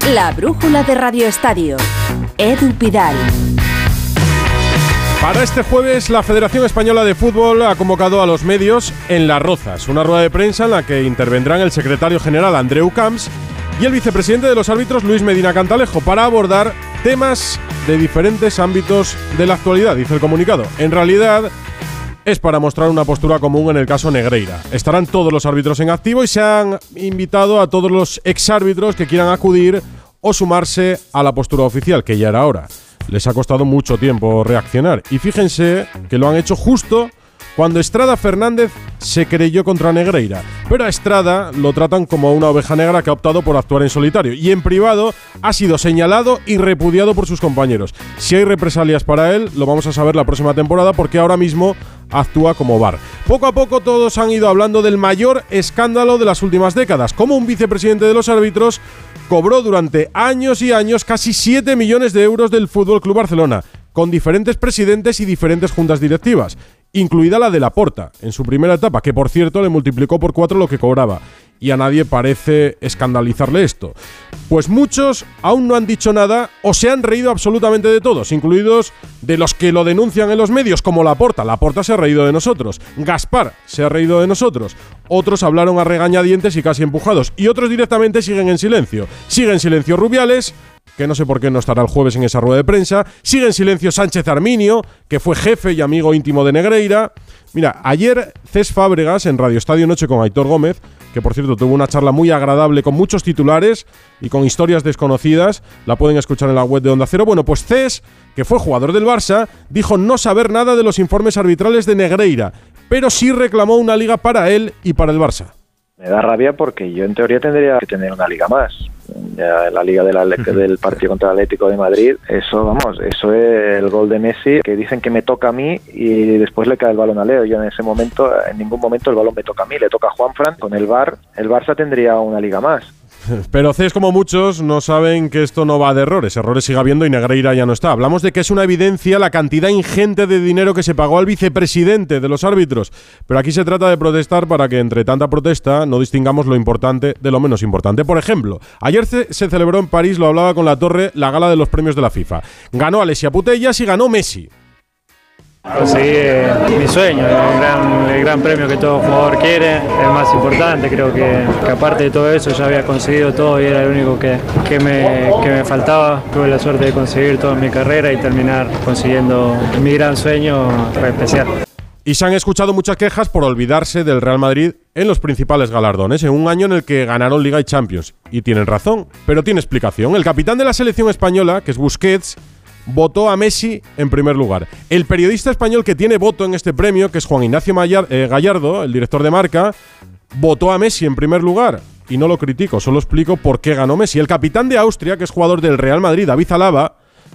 La brújula de Radio Estadio. Edu Pidal. Para este jueves, la Federación Española de Fútbol ha convocado a los medios en Las Rozas, una rueda de prensa en la que intervendrán el secretario general Andreu Camps y el vicepresidente de los árbitros Luis Medina Cantalejo para abordar temas de diferentes ámbitos de la actualidad, dice el comunicado. En realidad, es para mostrar una postura común en el caso Negreira. Estarán todos los árbitros en activo y se han invitado a todos los exárbitros que quieran acudir o sumarse a la postura oficial, que ya era hora. Les ha costado mucho tiempo reaccionar y fíjense que lo han hecho justo cuando Estrada Fernández se querelló contra Negreira. Pero a Estrada lo tratan como a una oveja negra que ha optado por actuar en solitario y en privado ha sido señalado y repudiado por sus compañeros. Si hay represalias para él, lo vamos a saber la próxima temporada porque ahora mismo actúa como VAR. Poco a poco todos han ido hablando del mayor escándalo de las últimas décadas, como un vicepresidente de los árbitros cobró durante años y años casi 7 millones de euros del FC Barcelona, con diferentes presidentes y diferentes juntas directivas, incluida la de Laporta, en su primera etapa, que por cierto le multiplicó por 4 lo que cobraba. Y a nadie parece escandalizarle esto. Pues muchos aún no han dicho nada o se han reído absolutamente de todos, incluidos de los que lo denuncian en los medios, como Laporta. Laporta se ha reído de nosotros. Gaspar se ha reído de nosotros. Otros hablaron a regañadientes y casi empujados. Y otros directamente siguen en silencio. Sigue en silencio Rubiales, que no sé por qué no estará el jueves en esa rueda de prensa. Sigue en silencio Sánchez Arminio, que fue jefe y amigo íntimo de Negreira. Mira, ayer Cés Fábregas en Radio Estadio Noche con Aitor Gómez, que por cierto tuvo una charla muy agradable con muchos titulares y con historias desconocidas, la pueden escuchar en la web de Onda Cero. Bueno, pues Cés, que fue jugador del Barça, dijo no saber nada de los informes arbitrales de Negreira, pero sí reclamó una liga para él y para el Barça. Me da rabia porque yo en teoría tendría que tener una liga más. Ya la liga del partido contra el Atlético de Madrid, eso es el gol de Messi, que dicen que me toca a mí y después le cae el balón a Leo. Yo en ese momento, en ningún momento el balón me toca a mí, le toca a Juanfran. Con el VAR, el Barça tendría una liga más. Pero Cés, como muchos, no saben que esto no va de errores. Errores sigue habiendo y Negreira ya no está. Hablamos de que es una evidencia la cantidad ingente de dinero que se pagó al vicepresidente de los árbitros. Pero aquí se trata de protestar para que entre tanta protesta no distingamos lo importante de lo menos importante. Por ejemplo, ayer se celebró en París, lo hablaba con La Torre, la gala de los premios de la FIFA. Ganó Alessia Putellas y ganó Messi. Conseguí mi sueño, el gran premio que todo jugador quiere, el más importante. Creo que aparte de todo eso ya había conseguido todo y era el único que me faltaba. Tuve la suerte de conseguir toda mi carrera y terminar consiguiendo mi gran sueño especial. Y se han escuchado muchas quejas por olvidarse del Real Madrid en los principales galardones, en un año en el que ganaron Liga y Champions. Y tienen razón, pero tiene explicación. El capitán de la selección española, que es Busquets, votó a Messi en primer lugar. El periodista español que tiene voto en este premio, que es Juan Ignacio Gallardo, el director de Marca, votó a Messi en primer lugar. Y no lo critico, solo explico por qué ganó Messi. El capitán de Austria, que es jugador del Real Madrid, David Alaba,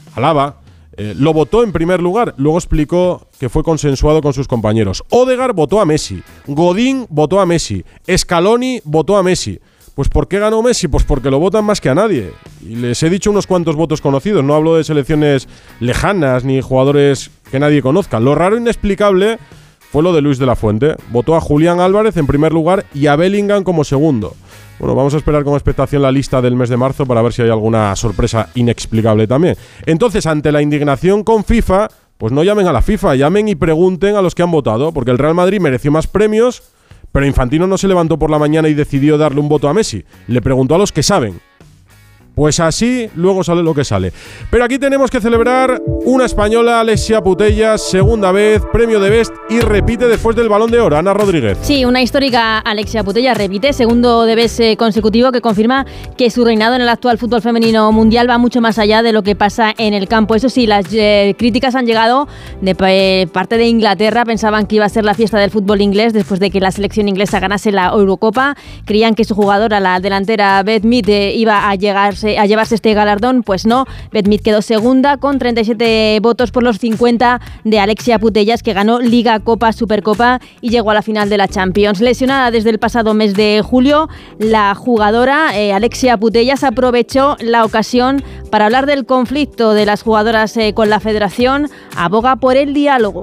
lo votó en primer lugar. Luego explicó que fue consensuado con sus compañeros. Odegaard votó a Messi. Godín votó a Messi. Scaloni votó a Messi. Pues ¿por qué ganó Messi? Pues porque lo votan más que a nadie. Y les he dicho unos cuantos votos conocidos. No hablo de selecciones lejanas ni jugadores que nadie conozca. Lo raro e inexplicable fue lo de Luis de la Fuente. Votó a Julián Álvarez en primer lugar y a Bellingham como segundo. Bueno, vamos a esperar con expectación la lista del mes de marzo para ver si hay alguna sorpresa inexplicable también. Entonces, ante la indignación con FIFA, pues no llamen a la FIFA, llamen y pregunten a los que han votado, porque el Real Madrid mereció más premios, pero Infantino no se levantó por la mañana y decidió darle un voto a Messi. Le preguntó a los que saben. Pues así, luego sale lo que sale. Pero aquí tenemos que celebrar una española, Alessia Putellas, segunda vez, premio de Best y repite después del Balón de Oro. Ana Rodríguez. Sí, una histórica Alessia Putellas repite, segundo de Best consecutivo, que confirma que su reinado en el actual fútbol femenino mundial va mucho más allá de lo que pasa en el campo. Eso sí, las críticas han llegado de parte de Inglaterra. Pensaban que iba a ser la fiesta del fútbol inglés después de que la selección inglesa ganase la Eurocopa. Creían que su jugadora, la delantera Beth Mead, iba a llevarse este galardón. Pues no, Beth Mead quedó segunda con 37 votos por los 50 de Alessia Putellas, que ganó Liga, Copa, Supercopa y llegó a la final de la Champions. Lesionada desde el pasado mes de julio, la jugadora Alessia Putellas aprovechó la ocasión para hablar del conflicto de las jugadoras con la federación. Aboga por el diálogo.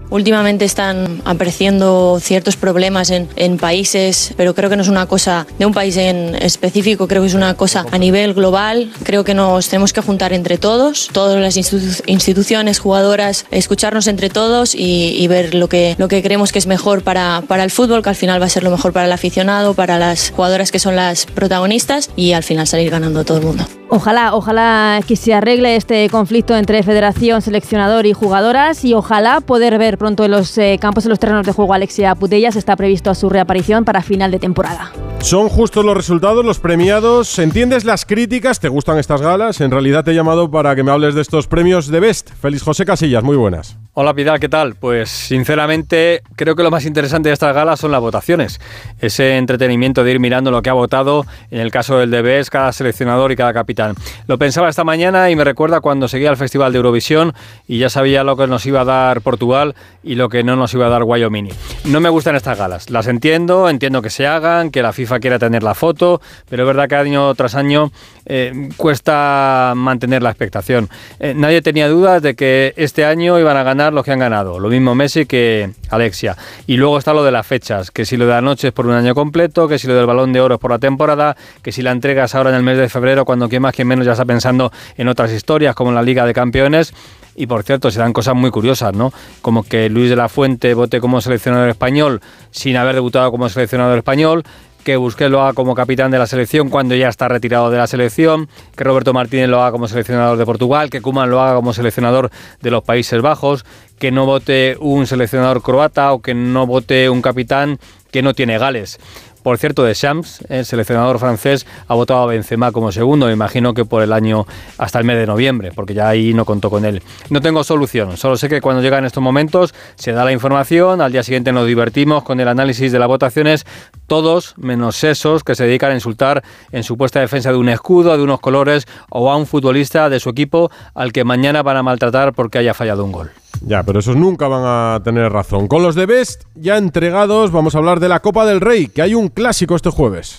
Últimamente están apareciendo ciertos problemas en países, pero creo que no es una cosa de un país en específico, creo que es una cosa a nivel global. Creo que nos tenemos que juntar entre todas las instituciones, jugadoras, escucharnos entre todos y ver lo que creemos que es mejor para el fútbol, que al final va a ser lo mejor para el aficionado, para las jugadoras que son las protagonistas y al final salir ganando todo el mundo. Ojalá que se arregle este conflicto entre federación, seleccionador y jugadoras, y ojalá poder ver pronto en los campos, en los terrenos de juego, a Alexia Putellas. Está previsto su reaparición para final de temporada. Son justos los resultados, los premiados. ¿Entiendes las críticas? ¿Te gustan estas galas? En realidad te he llamado para que me hables de estos premios de Best. Félix José Casillas, muy buenas. Hola Pidal, ¿qué tal? Pues sinceramente creo que lo más interesante de estas galas son las votaciones. Ese entretenimiento de ir mirando lo que ha votado, en el caso del de Best, cada seleccionador y cada capitán. Lo pensaba esta mañana y me recuerda cuando seguía el Festival de Eurovisión y ya sabía lo que nos iba a dar Portugal y lo que no nos iba a dar Wyoming. No me gustan estas galas, las entiendo que se hagan, que la FIFA quiera tener la foto, pero es verdad que año tras año cuesta mantener la expectación. Nadie tenía dudas de que este año iban a ganar los que han ganado, lo mismo Messi que Alexia. Y luego está lo de las fechas, que si lo de la noche es por un año completo, que si lo del Balón de Oro es por la temporada, que si la entregas ahora en el mes de febrero, cuando quien más quien menos ya está pensando en otras historias como en la Liga de Campeones. Y por cierto, se dan cosas muy curiosas, ¿no? Como que Luis de la Fuente vote como seleccionador español sin haber debutado como seleccionador español, que Busquets lo haga como capitán de la selección cuando ya está retirado de la selección, que Roberto Martínez lo haga como seleccionador de Portugal, que Koeman lo haga como seleccionador de los Países Bajos, que no vote un seleccionador croata o que no vote un capitán que no tiene Gales. Por cierto, Deschamps, el seleccionador francés, ha votado a Benzema como segundo, me imagino que por el año hasta el mes de noviembre, porque ya ahí no contó con él. No tengo solución, solo sé que cuando llegan estos momentos se da la información, al día siguiente nos divertimos con el análisis de las votaciones, todos menos esos que se dedican a insultar en supuesta defensa de un escudo, de unos colores o a un futbolista de su equipo al que mañana van a maltratar porque haya fallado un gol. Ya, pero esos nunca van a tener razón. Con los de Best ya entregados, vamos a hablar de la Copa del Rey, que hay un clásico este jueves.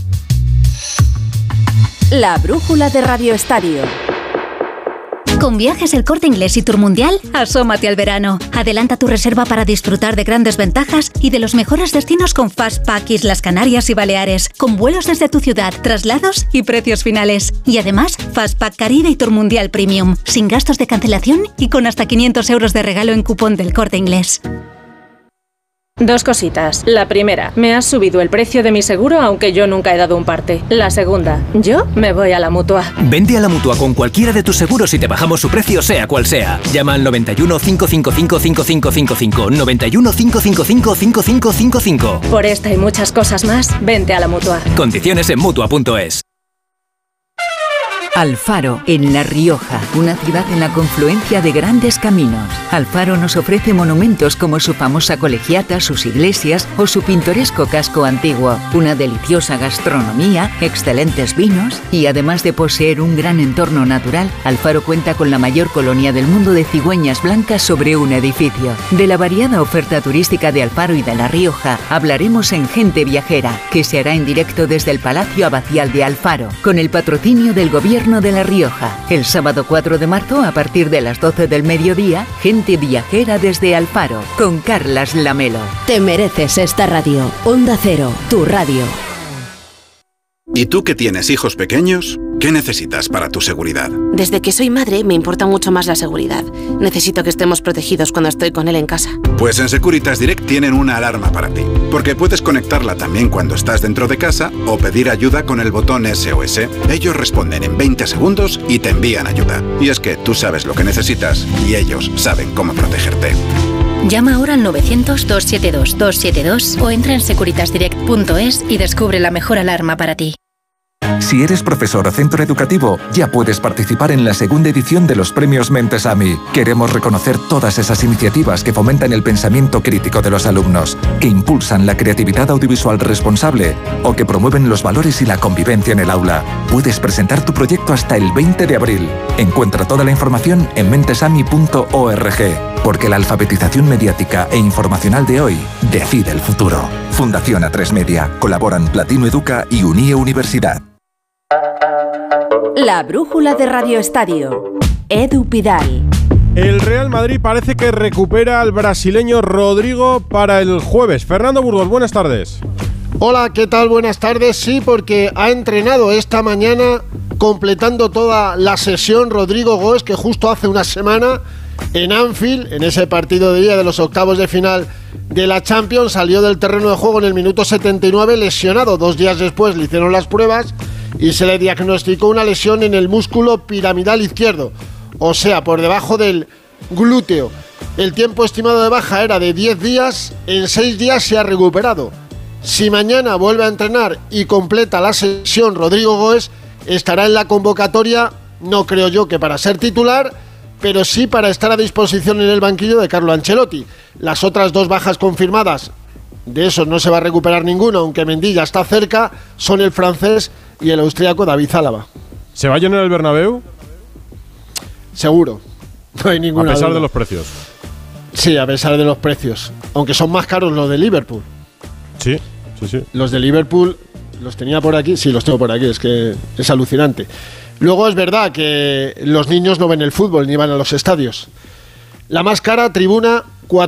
La brújula de Radio Estadio. Con Viajes El Corte Inglés y Tour Mundial, asómate al verano. Adelanta tu reserva para disfrutar de grandes ventajas y de los mejores destinos con Fastpack Islas Canarias y Baleares, con vuelos desde tu ciudad, traslados y precios finales. Y además, Fastpack Caribe y Tour Mundial Premium, sin gastos de cancelación y con hasta 500 euros de regalo en cupón del Corte Inglés. Dos cositas. La primera, me has subido el precio de mi seguro aunque yo nunca he dado un parte. La segunda, yo me voy a la Mutua. Vente a la Mutua con cualquiera de tus seguros y te bajamos su precio sea cual sea. Llama al 91 555 5555. 91 555 5555. Por esta y muchas cosas más, vente a la Mutua. Condiciones en Mutua.es. Alfaro, en La Rioja, una ciudad en la confluencia de grandes caminos. Alfaro nos ofrece monumentos como su famosa colegiata, sus iglesias o su pintoresco casco antiguo, una deliciosa gastronomía, excelentes vinos y además de poseer un gran entorno natural, Alfaro cuenta con la mayor colonia del mundo de cigüeñas blancas sobre un edificio. De la variada oferta turística de Alfaro y de La Rioja hablaremos en Gente Viajera, que se hará en directo desde el Palacio Abacial de Alfaro, con el patrocinio del Gobierno de La Rioja. El sábado 4 de marzo, a partir de las 12 del mediodía, Gente Viajera desde Alfaro, con Carlas Lamelo. Te mereces esta radio. Onda Cero, tu radio. ¿Y tú que tienes hijos pequeños? ¿Qué necesitas para tu seguridad? Desde que soy madre me importa mucho más la seguridad. Necesito que estemos protegidos cuando estoy con él en casa. Pues en Securitas Direct tienen una alarma para ti, porque puedes conectarla también cuando estás dentro de casa o pedir ayuda con el botón SOS. Ellos responden en 20 segundos y te envían ayuda. Y es que tú sabes lo que necesitas y ellos saben cómo protegerte. Llama ahora al 900-272-272 o entra en securitasdirect.es y descubre la mejor alarma para ti. Si eres profesor o centro educativo, ya puedes participar en la segunda edición de los premios Mentesami. Queremos reconocer todas esas iniciativas que fomentan el pensamiento crítico de los alumnos, que impulsan la creatividad audiovisual responsable o que promueven los valores y la convivencia en el aula. Puedes presentar tu proyecto hasta el 20 de abril. Encuentra toda la información en mentesami.org, porque la alfabetización mediática e informacional de hoy decide el futuro. Fundación A3 Media. Colaboran Platino Educa y Unie Universidad. La brújula de Radio Estadio. Edu Pidal. El Real Madrid parece que recupera al brasileño Rodrigo para el jueves. Fernando Burgos, buenas tardes. Hola, ¿qué tal? Buenas tardes. Sí, porque ha entrenado esta mañana, completando toda la sesión, Rodrigo Goes, que justo hace una semana en Anfield, en ese partido de día de los octavos de final de la Champions, salió del terreno de juego en el minuto 79 lesionado. 2 días después le hicieron las pruebas y se le diagnosticó una lesión en el músculo piramidal izquierdo, o sea, por debajo del glúteo. El tiempo estimado de baja era de 10 días, en 6 días se ha recuperado. Si mañana vuelve a entrenar y completa la sesión, Rodrigo Goes estará en la convocatoria, no creo yo que para ser titular, pero sí para estar a disposición en el banquillo de Carlo Ancelotti. Las otras 2 bajas confirmadas, de esos no se va a recuperar ninguno, aunque Mendy ya está cerca, son el francés y el austríaco David Álava. ¿Se va a llenar el Bernabéu? Seguro, no hay ninguna duda. A pesar duda de los precios. Sí, a pesar de los precios, aunque son más caros los de Liverpool. Sí. Los de Liverpool los tenía por aquí, sí, los tengo por aquí, es que es alucinante. Luego es verdad que los niños no ven el fútbol ni van a los estadios. La más cara, tribuna,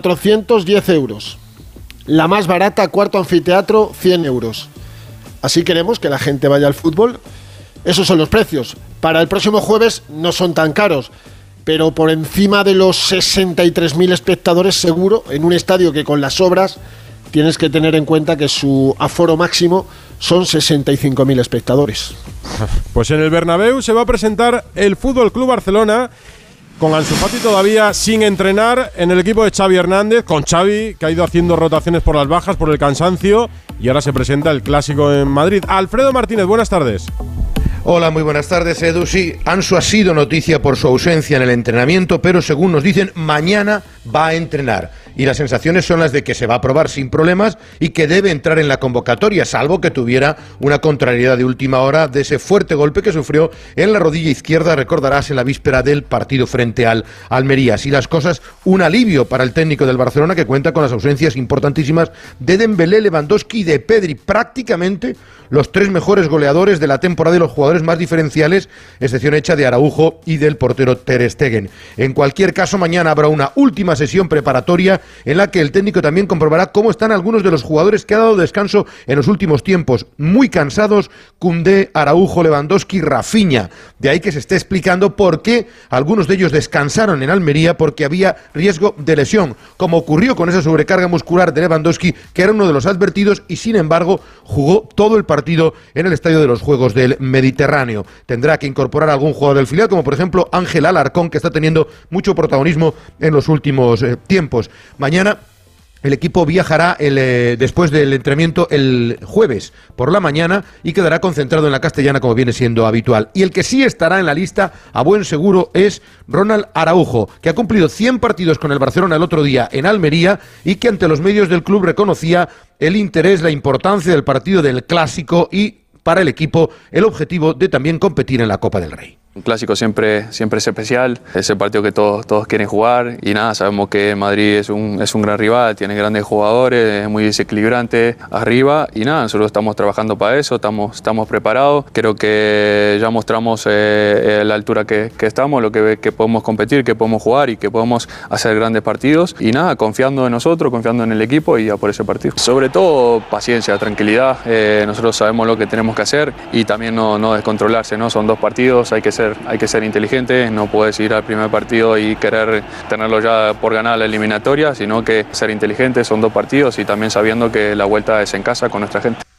410 euros. La más barata, cuarto anfiteatro, 100 euros. Así queremos que la gente vaya al fútbol. Esos son los precios. Para el próximo jueves no son tan caros, pero por encima de los 63.000 espectadores seguro, en un estadio que con las obras tienes que tener en cuenta que su aforo máximo son 65.000 espectadores. Pues en el Bernabéu se va a presentar el Fútbol Club Barcelona, con Ansu Fati todavía sin entrenar, en el equipo de Xavi Hernández, con Xavi, que ha ido haciendo rotaciones por las bajas, por el cansancio, y ahora se presenta el clásico en Madrid. Alfredo Martínez, buenas tardes. Hola, muy buenas tardes, Edu. Sí, Ansu ha sido noticia por su ausencia en el entrenamiento, pero según nos dicen, mañana va a entrenar. Y las sensaciones son las de que se va a probar sin problemas y que debe entrar en la convocatoria, salvo que tuviera una contrariedad de última hora de ese fuerte golpe que sufrió en la rodilla izquierda, recordarás, en la víspera del partido frente al Almería. Así las cosas, un alivio para el técnico del Barcelona, que cuenta con las ausencias importantísimas de Dembélé, Lewandowski y de Pedri, prácticamente los 3 mejores goleadores de la temporada y los jugadores más diferenciales, excepción hecha de Araujo y del portero Ter Stegen. En cualquier caso, mañana habrá una última sesión preparatoria en la que el técnico también comprobará cómo están algunos de los jugadores que ha dado descanso en los últimos tiempos, muy cansados: Koundé, Araujo, Lewandowski, Rafinha. De ahí que se esté explicando por qué algunos de ellos descansaron en Almería, porque había riesgo de lesión, como ocurrió con esa sobrecarga muscular de Lewandowski, que era uno de los advertidos, y sin embargo jugó todo el partido en el estadio de los Juegos del Mediterráneo. Tendrá que incorporar a algún jugador del filial, como por ejemplo Ángel Alarcón, que está teniendo mucho protagonismo en los últimos tiempos. Mañana el equipo viajará después del entrenamiento el jueves por la mañana y quedará concentrado en la Castellana, como viene siendo habitual. Y el que sí estará en la lista, a buen seguro, es Ronald Araujo, que ha cumplido 100 partidos con el Barcelona el otro día en Almería y que ante los medios del club reconocía el interés, la importancia del partido del Clásico y, para el equipo, el objetivo de también competir en la Copa del Rey. Un clásico siempre es especial, es el partido que todos quieren jugar y nada, sabemos que Madrid es un gran rival, tiene grandes jugadores, es muy desequilibrante arriba y nada, nosotros estamos trabajando para eso, estamos preparados, creo que ya mostramos la altura que estamos, lo que podemos competir, que podemos jugar y que podemos hacer grandes partidos y nada, confiando en nosotros, confiando en el equipo y a por ese partido. Sobre todo paciencia, tranquilidad, nosotros sabemos lo que tenemos que hacer y también no descontrolarse, ¿no? Son 2 partidos, hay que ser inteligente, no puedes ir al primer partido y querer tenerlo ya por ganar la eliminatoria, sino que ser inteligente, son 2 partidos y también sabiendo que la vuelta es en casa con nuestra gente.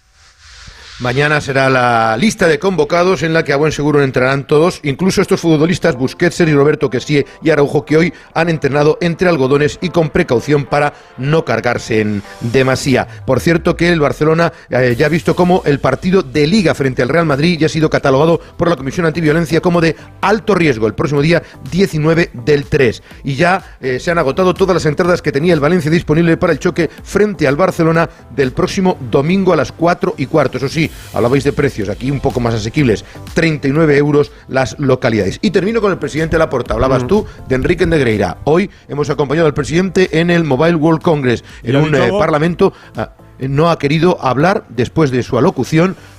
Mañana será la lista de convocados en la que a buen seguro entrarán todos, incluso estos futbolistas Busquets, y Roberto Kessie y Araujo, que hoy han entrenado entre algodones y con precaución para no cargarse en demasía. Por cierto, que el Barcelona ya ha visto cómo el partido de Liga frente al Real Madrid ya ha sido catalogado por la Comisión Antiviolencia como de alto riesgo el próximo día 19 del 3. Y ya se han agotado todas las entradas que tenía el Valencia disponible para el choque frente al Barcelona del próximo domingo a las 4:15. Eso sí, hablabais de precios, aquí un poco más asequibles, 39 euros las localidades. Y termino con el presidente Laporta. Hablabas tú de Enrique Negreira. Hoy hemos acompañado al presidente en el Mobile World Congress, en un parlamento. No ha querido hablar, después de su alocución,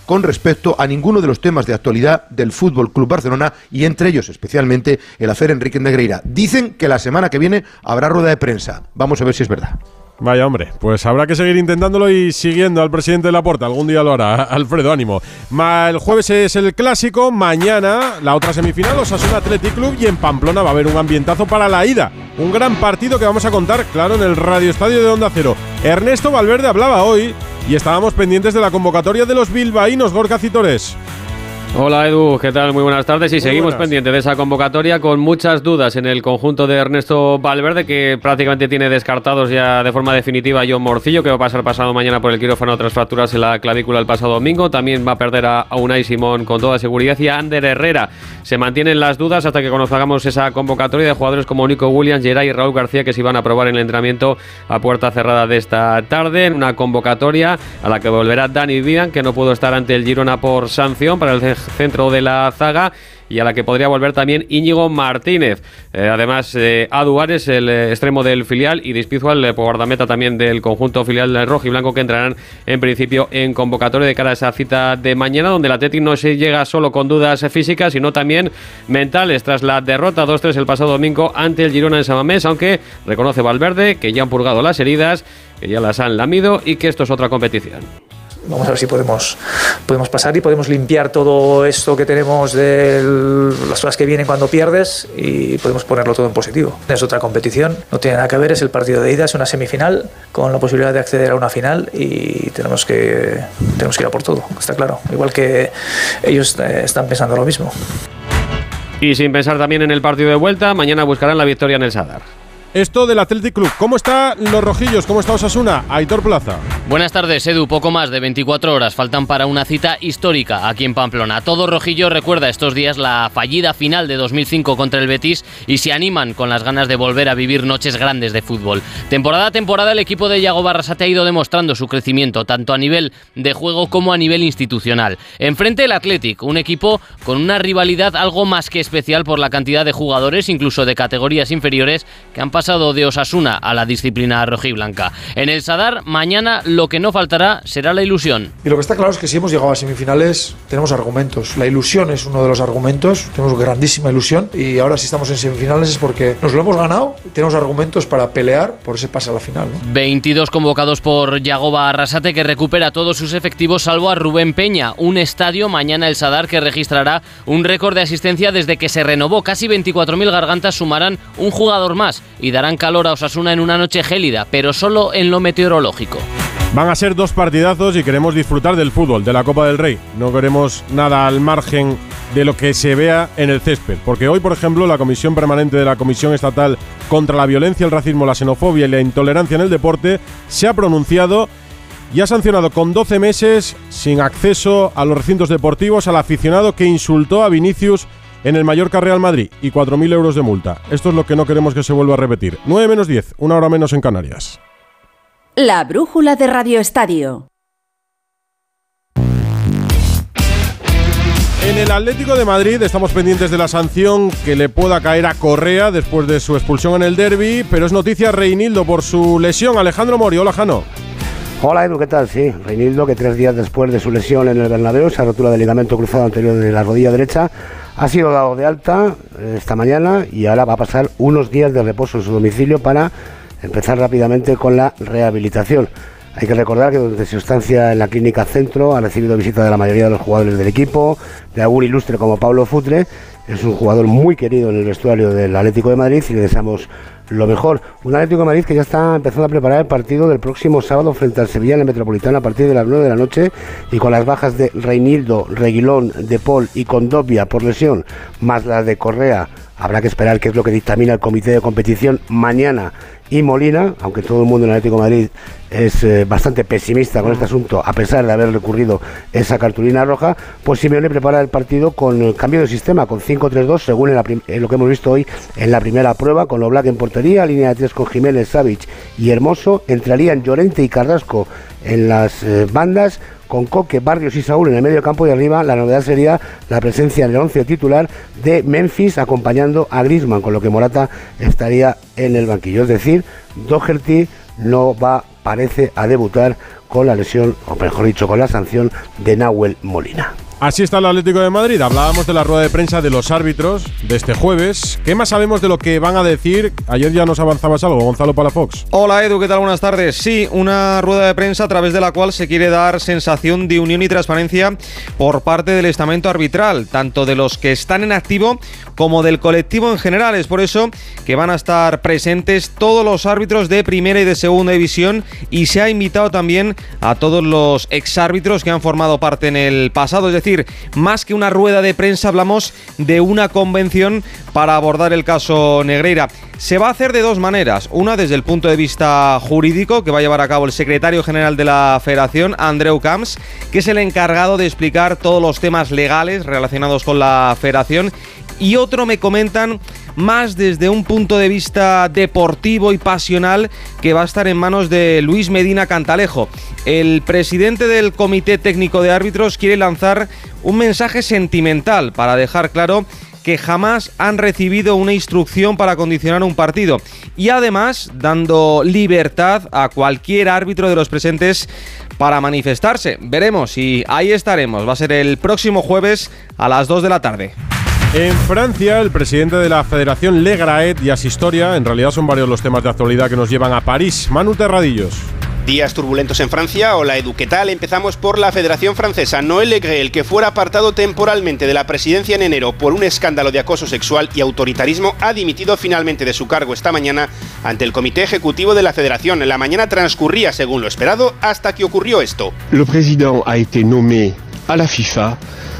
con respecto a ninguno de los temas de actualidad del Fútbol Club Barcelona y entre ellos especialmente el afer Enrique Negreira. Dicen que la semana que viene habrá rueda de prensa. Vamos a ver si es verdad. Vaya hombre, pues habrá que seguir intentándolo y siguiendo al presidente de Laporta. Algún día lo hará, Alfredo, ánimo. El jueves es el clásico, mañana la otra semifinal, Osasuna Athletic Club, y en Pamplona va a haber un ambientazo para la ida. Un gran partido que vamos a contar, claro, en el Radio Estadio de Onda Cero. Ernesto Valverde hablaba hoy y estábamos pendientes de la convocatoria de los bilbaínos, Gorka Citores. Hola Edu, ¿qué tal? Muy buenas tardes y seguimos pendientes de esa convocatoria con muchas dudas en el conjunto de Ernesto Valverde, que prácticamente tiene descartados ya de forma definitiva a Jon Morcillo, que va a pasar pasado mañana por el quirófano tras fracturas en la clavícula el pasado domingo. También va a perder a Unai Simón con toda seguridad y a Ander Herrera. Se mantienen las dudas hasta que conozcamos esa convocatoria de jugadores como Nico Williams, Geray y Raúl García, que se iban a probar en el entrenamiento a puerta cerrada de esta tarde. Una convocatoria a la que volverá Dani Vidan, que no pudo estar ante el Girona por sanción para el centro de la zaga, y a la que podría volver también Íñigo Martínez. Además, Adu Ares, el extremo del filial, y Dizpizua, el guardameta también del conjunto filial del rojiblanco, que entrarán en principio en convocatoria de cara a esa cita de mañana, donde el Athletic no se llega solo con dudas físicas, sino también mentales, tras la derrota 2-3 el pasado domingo ante el Girona en San Mamés, aunque reconoce Valverde que ya han purgado las heridas, que ya las han lamido y que esto es otra competición. Vamos a ver si podemos pasar y podemos limpiar todo esto que tenemos de las cosas que vienen cuando pierdes y podemos ponerlo todo en positivo. Es otra competición, no tiene nada que ver, es el partido de ida, es una semifinal con la posibilidad de acceder a una final y tenemos que ir a por todo, está claro. Igual que ellos están pensando lo mismo. Y sin pensar también en el partido de vuelta, mañana buscarán la victoria en el Sadar. Esto del Athletic Club. ¿Cómo están los rojillos? ¿Cómo está Osasuna? Aitor Plaza. Buenas tardes, Edu. Poco más de 24 horas faltan para una cita histórica aquí en Pamplona. Todo rojillo recuerda estos días la fallida final de 2005 contra el Betis y se animan con las ganas de volver a vivir noches grandes de fútbol. Temporada a temporada el equipo de Yago Barrasate ha ido demostrando su crecimiento, tanto a nivel de juego como a nivel institucional. Enfrente el Athletic, un equipo con una rivalidad algo más que especial por la cantidad de jugadores, incluso de categorías inferiores, que han pasado de Osasuna a la disciplina rojiblanca. En el Sadar, mañana lo que no faltará será la ilusión. Y lo que está claro es que si hemos llegado a semifinales tenemos argumentos. La ilusión es uno de los argumentos, tenemos grandísima ilusión y ahora si estamos en semifinales es porque nos lo hemos ganado y tenemos argumentos para pelear por ese pase a la final, ¿no? 22 convocados por Yagoba Arrasate, que recupera todos sus efectivos salvo a Rubén Peña. Un estadio mañana el Sadar que registrará un récord de asistencia desde que se renovó. Casi 24.000 gargantas sumarán un jugador más y darán calor a Osasuna en una noche gélida, pero solo en lo meteorológico. Van a ser dos partidazos y queremos disfrutar del fútbol, de la Copa del Rey. No queremos nada al margen de lo que se vea en el césped. Porque hoy, por ejemplo, la Comisión Permanente de la Comisión Estatal contra la Violencia, el Racismo, la Xenofobia y la Intolerancia en el Deporte se ha pronunciado y ha sancionado con 12 meses sin acceso a los recintos deportivos al aficionado que insultó a Vinicius en el Mallorca Real Madrid y 4.000 euros de multa. Esto es lo que no queremos que se vuelva a repetir. 9 menos 10, una hora menos en Canarias. La brújula de Radio Estadio. En el Atlético de Madrid estamos pendientes de la sanción que le pueda caer a Correa después de su expulsión en el derbi, pero es noticia Reinildo por su lesión. Alejandro Mori, hola Jano. Hola Edu, ¿qué tal? Sí, Reinildo, que 3 días después de su lesión en el Bernabéu, esa rotura del ligamento cruzado anterior de la rodilla derecha, ha sido dado de alta esta mañana y ahora va a pasar unos días de reposo en su domicilio para empezar rápidamente con la rehabilitación. Hay que recordar que durante su estancia en la clínica Centro ha recibido visita de la mayoría de los jugadores del equipo, de algún ilustre como Pablo Futre. Es un jugador muy querido en el vestuario del Atlético de Madrid y le deseamos lo mejor. Un Atlético de Madrid que ya está empezando a preparar el partido del próximo sábado frente al Sevilla en la Metropolitana a partir de las 9 de la noche, y con las bajas de Reinildo, Reguilón, De Paul y Condovia por lesión, más las de Correa, habrá que esperar qué es lo que dictamina el comité de competición mañana, y Molina, aunque todo el mundo en el Atlético de Madrid es bastante pesimista con este asunto, a pesar de haber recurrido esa cartulina roja, pues Simeone prepara el partido con el cambio de sistema, con 5-3-2, según lo que hemos visto hoy en la primera prueba, con Oblak en portería, línea de 3 con Jiménez, Savic y Hermoso, entrarían Llorente y Carrasco en las bandas, con Coque, Barrios y Saúl en el medio campo, y arriba la novedad sería la presencia en el 11 titular de Memphis acompañando a Griezmann, con lo que Morata estaría en el banquillo. Es decir, Doherty no va parece a debutar con la lesión, o mejor dicho, con la sanción de Nahuel Molina. Así está el Atlético de Madrid. Hablábamos de la rueda de prensa de los árbitros de este jueves. ¿Qué más sabemos de lo que van a decir? Ayer ya nos avanzabas algo, Gonzalo Palafox. Hola Edu, ¿qué tal? Buenas tardes. Sí, una rueda de prensa a través de la cual se quiere dar sensación de unión y transparencia por parte del estamento arbitral, tanto de los que están en activo como del colectivo en general. Es por eso que van a estar presentes todos los árbitros de primera y de segunda división, y se ha invitado también a todos los exárbitros que han formado parte en el pasado. Es decir, más que una rueda de prensa, hablamos de una convención para abordar el caso Negreira. Se va a hacer de dos maneras. Una desde el punto de vista jurídico, que va a llevar a cabo el secretario general de la Federación, Andreu Camps, que es el encargado de explicar todos los temas legales relacionados con la Federación. Y otro, me comentan, más desde un punto de vista deportivo y pasional, que va a estar en manos de Luis Medina Cantalejo. El presidente del Comité Técnico de Árbitros quiere lanzar un mensaje sentimental para dejar claro que jamás han recibido una instrucción para condicionar un partido, y además dando libertad a cualquier árbitro de los presentes para manifestarse. Veremos, y ahí estaremos. Va a ser el próximo jueves a las 2 de la tarde. En Francia, el presidente de la Federación Le Graet y Asistoria, en realidad son varios los temas de actualidad que nos llevan a París. Manu Terradillos. Días turbulentos en Francia. Hola Edu, ¿qué tal? Empezamos por la Federación Francesa. Noël Le Graët, el que fuera apartado temporalmente de la presidencia en enero por un escándalo de acoso sexual y autoritarismo, ha dimitido finalmente de su cargo esta mañana ante el Comité Ejecutivo de la Federación. La mañana transcurría según lo esperado hasta que ocurrió esto. El presidente ha été nommé a la FIFA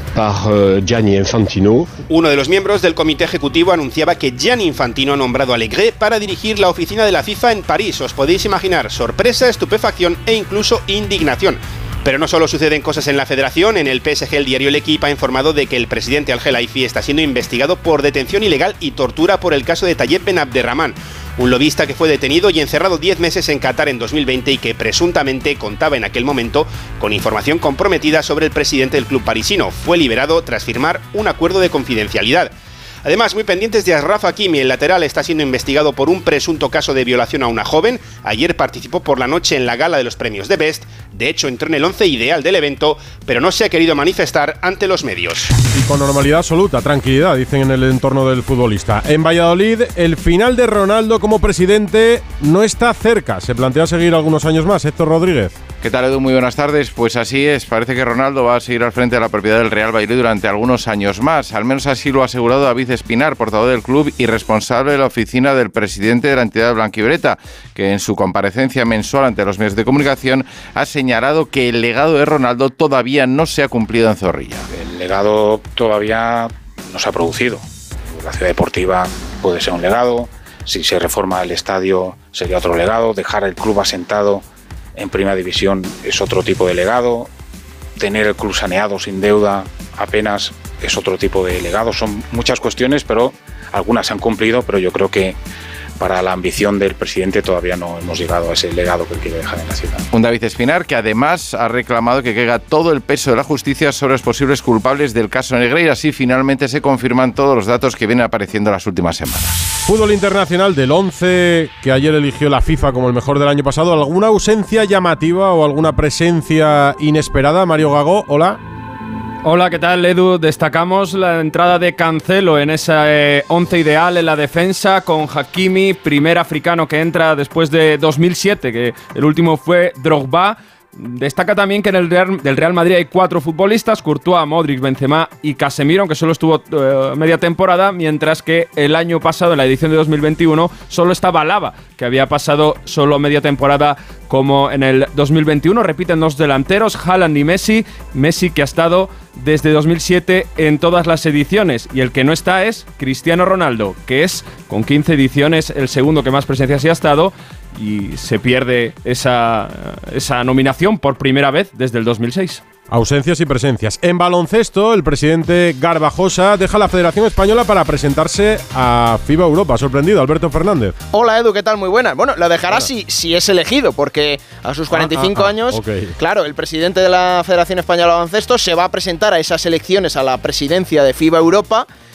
por Gianni Infantino. Uno de los miembros del comité ejecutivo anunciaba que Gianni Infantino ha nombrado a Le Graët para dirigir la oficina de la FIFA en París. Os podéis imaginar sorpresa, estupefacción e incluso indignación. Pero no solo suceden cosas en la federación. En el PSG el diario L'Equipe ha informado de que el presidente Al-Khelaifi está siendo investigado por detención ilegal y tortura por el caso de Tayeb Ben Abderrahman, un lobista que fue detenido y encerrado 10 meses en Qatar en 2020 y que presuntamente contaba en aquel momento con información comprometida sobre el presidente del club parisino. Fue liberado tras firmar un acuerdo de confidencialidad. Además, muy pendientes de Achraf Hakimi, el lateral está siendo investigado por un presunto caso de violación a una joven. Ayer participó por la noche en la gala de los premios de Best. De hecho, entró en el 11 ideal del evento, pero no se ha querido manifestar ante los medios. Y con normalidad absoluta, tranquilidad, dicen en el entorno del futbolista. En Valladolid, el final de Ronaldo como presidente no está cerca. Se plantea seguir algunos años más. Héctor Rodríguez. ¿Qué tal, Edu? Muy buenas tardes. Pues así es, parece que Ronaldo va a seguir al frente de la propiedad del Real Valladolid durante algunos años más. Al menos así lo ha asegurado David Espinar, portavoz del club y responsable de la oficina del presidente de la entidad blanquivioleta, que en su comparecencia mensual ante los medios de comunicación ha señalado que el legado de Ronaldo todavía no se ha cumplido en Zorrilla. El legado todavía no se ha producido. La ciudad deportiva puede ser un legado, si se reforma el estadio sería otro legado, dejar el club asentado en primera división es otro tipo de legado, tener el club saneado sin deuda apenas es otro tipo de legado. Son muchas cuestiones, pero algunas se han cumplido, pero yo creo que para la ambición del presidente todavía no hemos llegado a ese legado que él quiere dejar en la ciudad. Un David Espinar que además ha reclamado que caiga todo el peso de la justicia sobre los posibles culpables del caso Negreira. Así finalmente se confirman todos los datos que vienen apareciendo en las últimas semanas. Fútbol internacional del 11 que ayer eligió la FIFA como el mejor del año pasado. ¿Alguna ausencia llamativa o alguna presencia inesperada? Mario Gago, hola. Hola, ¿qué tal, Edu? Destacamos la entrada de Cancelo en ese 11 ideal en la defensa, con Hakimi, primer africano que entra después de 2007, que el último fue Drogba. Destaca también que en el del Real Madrid hay 4 futbolistas, Courtois, Modric, Benzema y Casemiro, aunque solo estuvo media temporada, mientras que el año pasado, en la edición de 2021, solo estaba Alaba, que había pasado solo media temporada como en el 2021. Repiten 2 delanteros, Haaland y Messi. Messi, que ha estado desde 2007 en todas las ediciones, y el que no está es Cristiano Ronaldo, que es, con 15 ediciones, el segundo que más presencias ha estado, y se pierde esa nominación por primera vez desde el 2006. Ausencias y presencias. En baloncesto, el presidente Garbajosa deja la Federación Española para presentarse a FIBA Europa. Sorprendido, Alberto Fernández. Hola, Edu, ¿qué tal? Muy buenas. Bueno, la dejará si es elegido, porque a sus 45 años, okay. Claro, el presidente de la Federación Española de Baloncesto se va a presentar a esas elecciones a la presidencia de FIBA Europa,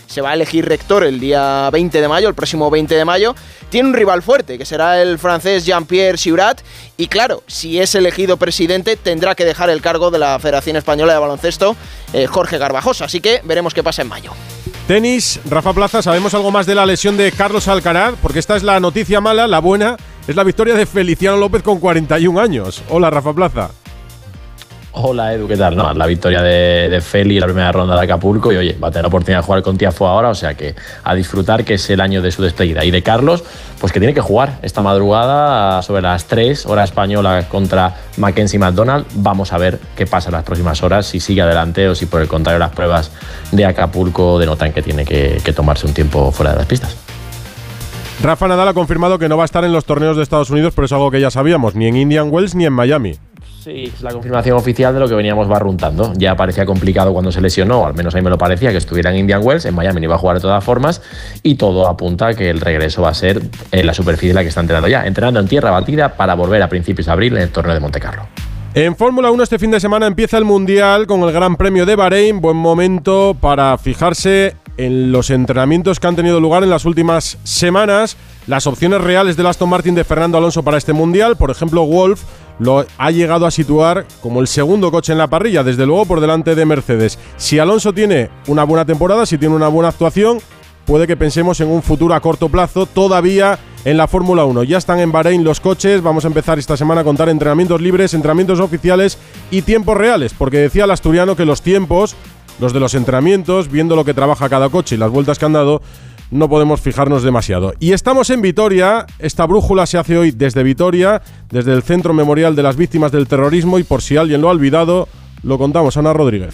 se va a elegir rector el día 20 de mayo, el próximo 20 de mayo. Tiene un rival fuerte, que será el francés Jean-Pierre Siurat, y claro, si es elegido presidente, tendrá que dejar el cargo de la Federación Española de Baloncesto, Jorge Garbajosa, así que veremos qué pasa en mayo. Tenis, Rafa Plaza, ¿sabemos algo más de la lesión de Carlos Alcaraz? Porque esta es la noticia mala, la buena es la victoria de Feliciano López con 41 años. Hola, Rafa Plaza. Hola Edu, ¿qué tal? No, la victoria de Feli en la primera ronda de Acapulco y oye, va a tener la oportunidad de jugar con Tiafoe ahora, o sea que a disfrutar, que es el año de su despedida. Y de Carlos, pues que tiene que jugar esta madrugada sobre las 3, hora española, contra Mackenzie McDonald. Vamos a ver qué pasa en las próximas horas, si sigue adelante o si por el contrario las pruebas de Acapulco denotan que tiene que tomarse un tiempo fuera de las pistas. Rafa Nadal ha confirmado que no va a estar en los torneos de Estados Unidos, pero es algo que ya sabíamos, ni en Indian Wells ni en Miami. Sí, es la confirmación oficial de lo que veníamos barruntando. Ya parecía complicado cuando se lesionó, al menos a mí me lo parecía, que estuviera en Indian Wells. En Miami no iba a jugar de todas formas y todo apunta a que el regreso va a ser en la superficie en la que está entrenando ya, entrenando en tierra batida para volver a principios de abril en el torneo de Montecarlo. En Fórmula 1 este fin de semana empieza el Mundial con el Gran Premio de Bahrein. Buen momento para fijarse en los entrenamientos que han tenido lugar en las últimas semanas. Las opciones reales del Aston Martin de Fernando Alonso para este Mundial, por ejemplo, Wolf lo ha llegado a situar como el segundo coche en la parrilla, desde luego por delante de Mercedes. Si Alonso tiene una buena temporada, si tiene una buena actuación, puede que pensemos en un futuro a corto plazo todavía en la Fórmula 1. Ya están en Bahrein los coches, vamos a empezar esta semana a contar entrenamientos libres, entrenamientos oficiales y tiempos reales, porque decía el asturiano que los tiempos, los de los entrenamientos, viendo lo que trabaja cada coche y las vueltas que han dado, no podemos fijarnos demasiado. Y estamos en Vitoria, esta brújula se hace hoy desde Vitoria, desde el Centro Memorial de las Víctimas del Terrorismo, y por si alguien lo ha olvidado, lo contamos. Ana Rodríguez.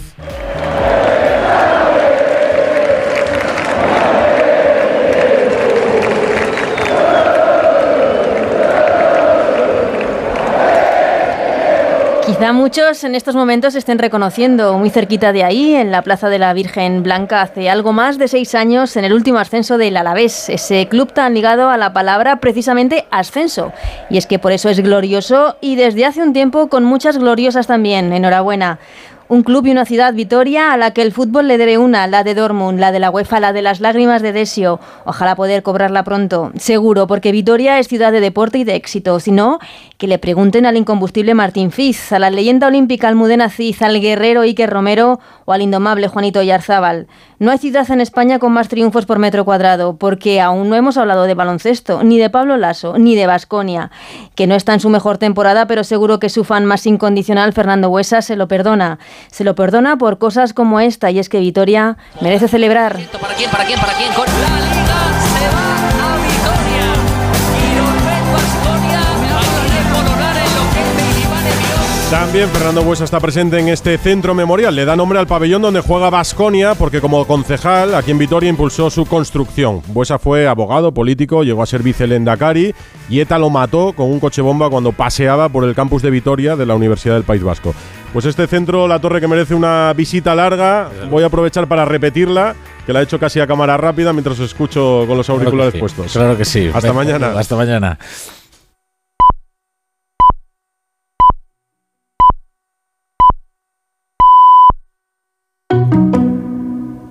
Quizá muchos en estos momentos estén reconociendo muy cerquita de ahí, en la Plaza de la Virgen Blanca, hace algo más de 6 años, en el último ascenso del Alavés, ese club tan ligado a la palabra precisamente ascenso. Y es que por eso es glorioso y desde hace un tiempo con muchas gloriosas también. Enhorabuena. Un club y una ciudad, Vitoria, a la que el fútbol le debe una, la de Dortmund, la de la UEFA, la de las lágrimas de Desio. Ojalá poder cobrarla pronto, seguro, porque Vitoria es ciudad de deporte y de éxito. Si no, que le pregunten al incombustible Martín Fiz, a la leyenda olímpica Almudena Cid, al guerrero Iker Romero o al indomable Juanito Oyarzábal. No hay ciudad en España con más triunfos por metro cuadrado, porque aún no hemos hablado de baloncesto, ni de Pablo Laso, ni de Baskonia, que no está en su mejor temporada, pero seguro que su fan más incondicional, Fernando Buesa, se lo perdona. Se lo perdona por cosas como esta, y es que Vitoria merece celebrar. ¿Para quién? Con la Liga se va a Vitoria. Y Norberto Baskonia va a recolorar en lo que es Iván Evión. También Fernando Buesa está presente en este centro memorial. Le da nombre al pabellón donde juega Baskonia, porque como concejal aquí en Vitoria impulsó su construcción. Buesa fue abogado, político, llegó a ser vicelendakari y ETA lo mató con un coche bomba cuando paseaba por el campus de Vitoria de la Universidad del País Vasco. Pues este centro, la torre que merece una visita larga, voy a aprovechar para repetirla, que la he hecho casi a cámara rápida mientras os escucho con los auriculares puestos. Claro que sí. Hasta mañana. Hasta mañana.